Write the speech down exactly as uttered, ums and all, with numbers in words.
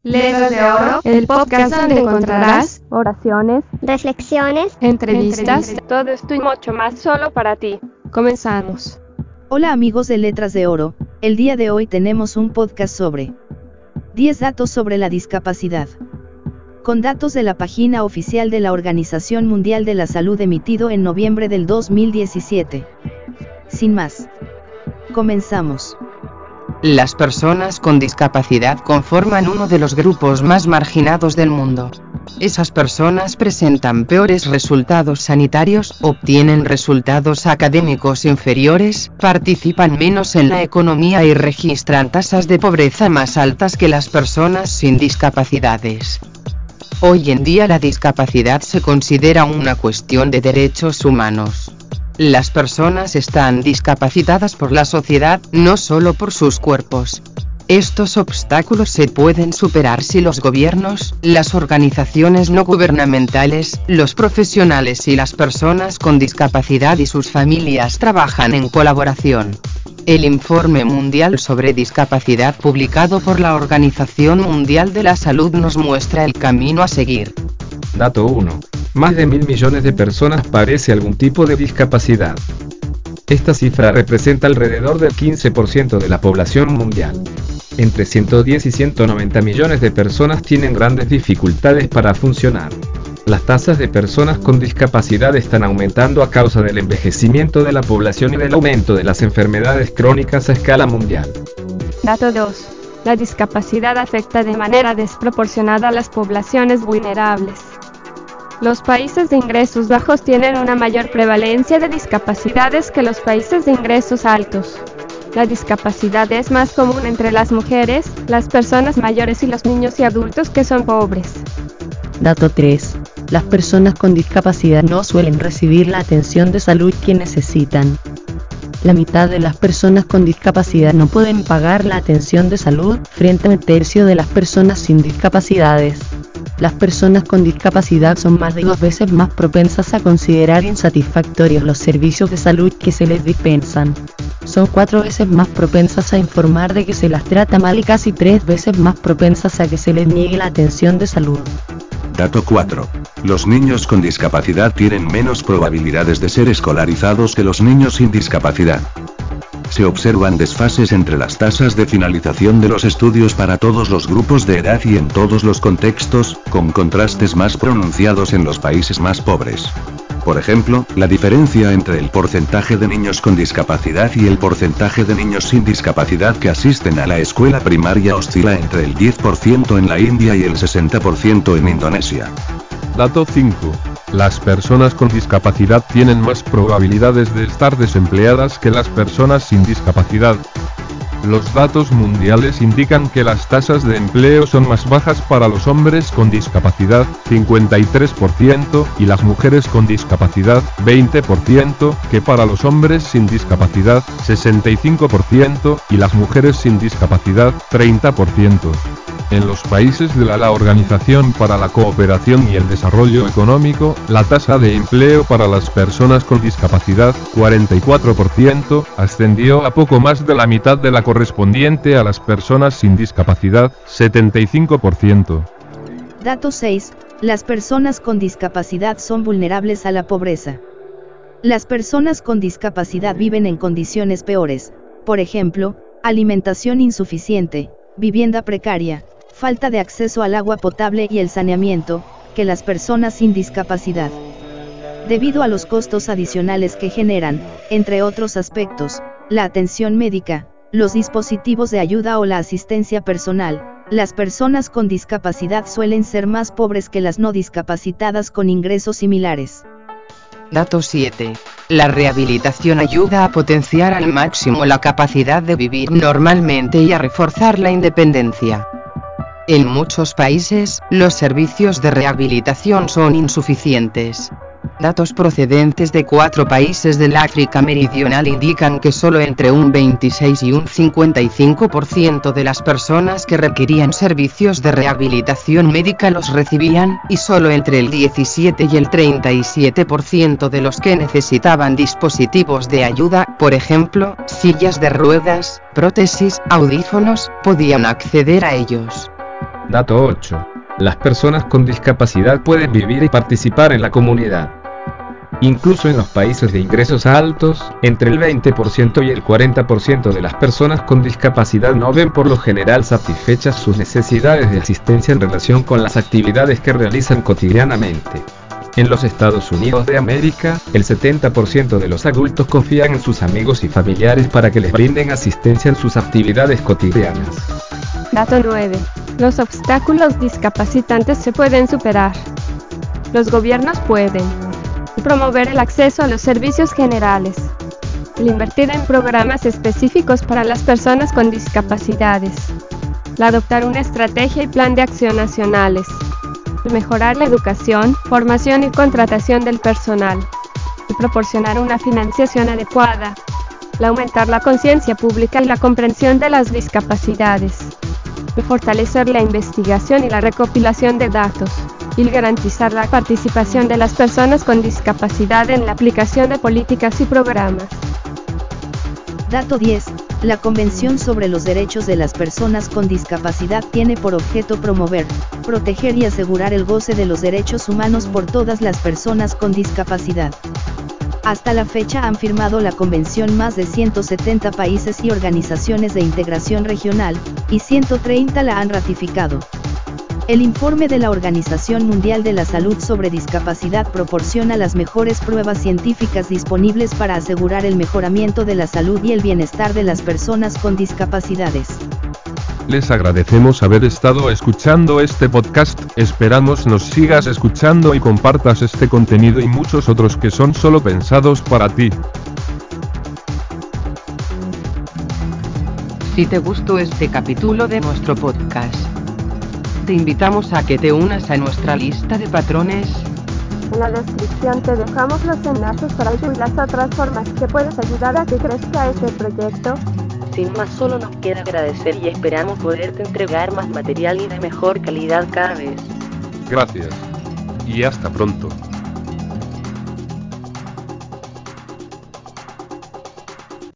Letras de Oro, el podcast donde encontrarás oraciones, reflexiones, entrevistas, todo esto y mucho más solo para ti. Comenzamos. Hola amigos de Letras de Oro, el día de hoy tenemos un podcast sobre diez datos sobre la discapacidad. Con datos de la página oficial de la Organización Mundial de la Salud emitido en noviembre del dos mil diecisiete. Sin más, comenzamos. Las personas con discapacidad conforman uno de los grupos más marginados del mundo. Esas personas presentan peores resultados sanitarios, obtienen resultados académicos inferiores, participan menos en la economía y registran tasas de pobreza más altas que las personas sin discapacidades. Hoy en día la discapacidad se considera una cuestión de derechos humanos. Las personas están discapacitadas por la sociedad, no solo por sus cuerpos. Estos obstáculos se pueden superar si los gobiernos, las organizaciones no gubernamentales, los profesionales y las personas con discapacidad y sus familias trabajan en colaboración. El Informe Mundial sobre Discapacidad publicado por la Organización Mundial de la Salud nos muestra el camino a seguir. Dato uno. Más de mil millones de personas padecen algún tipo de discapacidad. Esta cifra representa alrededor del quince por ciento de la población mundial. Entre ciento diez y ciento noventa millones de personas tienen grandes dificultades para funcionar. Las tasas de personas con discapacidad están aumentando a causa del envejecimiento de la población y del aumento de las enfermedades crónicas a escala mundial. Dato dos. La discapacidad afecta de manera desproporcionada a las poblaciones vulnerables. Los países de ingresos bajos tienen una mayor prevalencia de discapacidades que los países de ingresos altos. La discapacidad es más común entre las mujeres, las personas mayores y los niños y adultos que son pobres. Dato tres. Las personas con discapacidad no suelen recibir la atención de salud que necesitan. La mitad de las personas con discapacidad no pueden pagar la atención de salud, frente a un tercio de las personas sin discapacidades. Las personas con discapacidad son más de dos veces más propensas a considerar insatisfactorios los servicios de salud que se les dispensan. Son cuatro veces más propensas a informar de que se las trata mal y casi tres veces más propensas a que se les niegue la atención de salud. Dato cuatro. Los niños con discapacidad tienen menos probabilidades de ser escolarizados que los niños sin discapacidad. Se observan desfases entre las tasas de finalización de los estudios para todos los grupos de edad y en todos los contextos, con contrastes más pronunciados en los países más pobres. Por ejemplo, la diferencia entre el porcentaje de niños con discapacidad y el porcentaje de niños sin discapacidad que asisten a la escuela primaria oscila entre el diez por ciento en la India y el sesenta por ciento en Indonesia. Dato cinco. Las personas con discapacidad tienen más probabilidades de estar desempleadas que las personas sin discapacidad. Los datos mundiales indican que las tasas de empleo son más bajas para los hombres con discapacidad, cincuenta y tres por ciento, y las mujeres con discapacidad, veinte por ciento, que para los hombres sin discapacidad, sesenta y cinco por ciento, y las mujeres sin discapacidad, treinta por ciento. En los países de la, la Organización para la Cooperación y el Desarrollo Económico, la tasa de empleo para las personas con discapacidad, cuarenta y cuatro por ciento, ascendió a poco más de la mitad de la correspondiente a las personas sin discapacidad, setenta y cinco por ciento. Dato seis. Las personas con discapacidad son vulnerables a la pobreza. Las personas con discapacidad viven en condiciones peores, por ejemplo, alimentación insuficiente, vivienda precaria, falta de acceso al agua potable y el saneamiento, que las personas sin discapacidad. Debido a los costos adicionales que generan, entre otros aspectos, la atención médica, los dispositivos de ayuda o la asistencia personal, las personas con discapacidad suelen ser más pobres que las no discapacitadas con ingresos similares. Dato siete. La rehabilitación ayuda a potenciar al máximo la capacidad de vivir normalmente y a reforzar la independencia. En muchos países, los servicios de rehabilitación son insuficientes. Datos procedentes de cuatro países del África Meridional indican que solo entre un veintiséis y un cincuenta y cinco por ciento de las personas que requerían servicios de rehabilitación médica los recibían, y solo entre el diecisiete y el treinta y siete por ciento de los que necesitaban dispositivos de ayuda, por ejemplo, sillas de ruedas, prótesis, audífonos, podían acceder a ellos. Dato ocho. Las personas con discapacidad pueden vivir y participar en la comunidad. Incluso en los países de ingresos altos, entre el veinte por ciento y el cuarenta por ciento de las personas con discapacidad no ven por lo general satisfechas sus necesidades de asistencia en relación con las actividades que realizan cotidianamente. En los Estados Unidos de América, el setenta por ciento de los adultos confían en sus amigos y familiares para que les brinden asistencia en sus actividades cotidianas. Dato nueve. Los obstáculos discapacitantes se pueden superar. Los gobiernos pueden promover el acceso a los servicios generales, el invertir en programas específicos para las personas con discapacidades, el adoptar una estrategia y plan de acción nacionales, el mejorar la educación, formación y contratación del personal, el proporcionar una financiación adecuada, el aumentar la conciencia pública y la comprensión de las discapacidades, el fortalecer la investigación y la recopilación de datos, y el garantizar la participación de las personas con discapacidad en la aplicación de políticas y programas. Dato diez. La Convención sobre los Derechos de las Personas con Discapacidad tiene por objeto promover, proteger y asegurar el goce de los derechos humanos por todas las personas con discapacidad. Hasta la fecha han firmado la Convención más de ciento setenta países y organizaciones de integración regional, y ciento treinta la han ratificado. El informe de la Organización Mundial de la Salud sobre discapacidad proporciona las mejores pruebas científicas disponibles para asegurar el mejoramiento de la salud y el bienestar de las personas con discapacidades. Les agradecemos haber estado escuchando este podcast, esperamos nos sigas escuchando y compartas este contenido y muchos otros que son solo pensados para ti. Si te gustó este capítulo de nuestro podcast, te invitamos a que te unas a nuestra lista de patrones. En la descripción te dejamos los enlaces para ello y las otras formas que puedes ayudar a que crezca este proyecto. Sin más, solo nos queda agradecer y esperamos poderte entregar más material y de mejor calidad cada vez. Gracias. Y hasta pronto.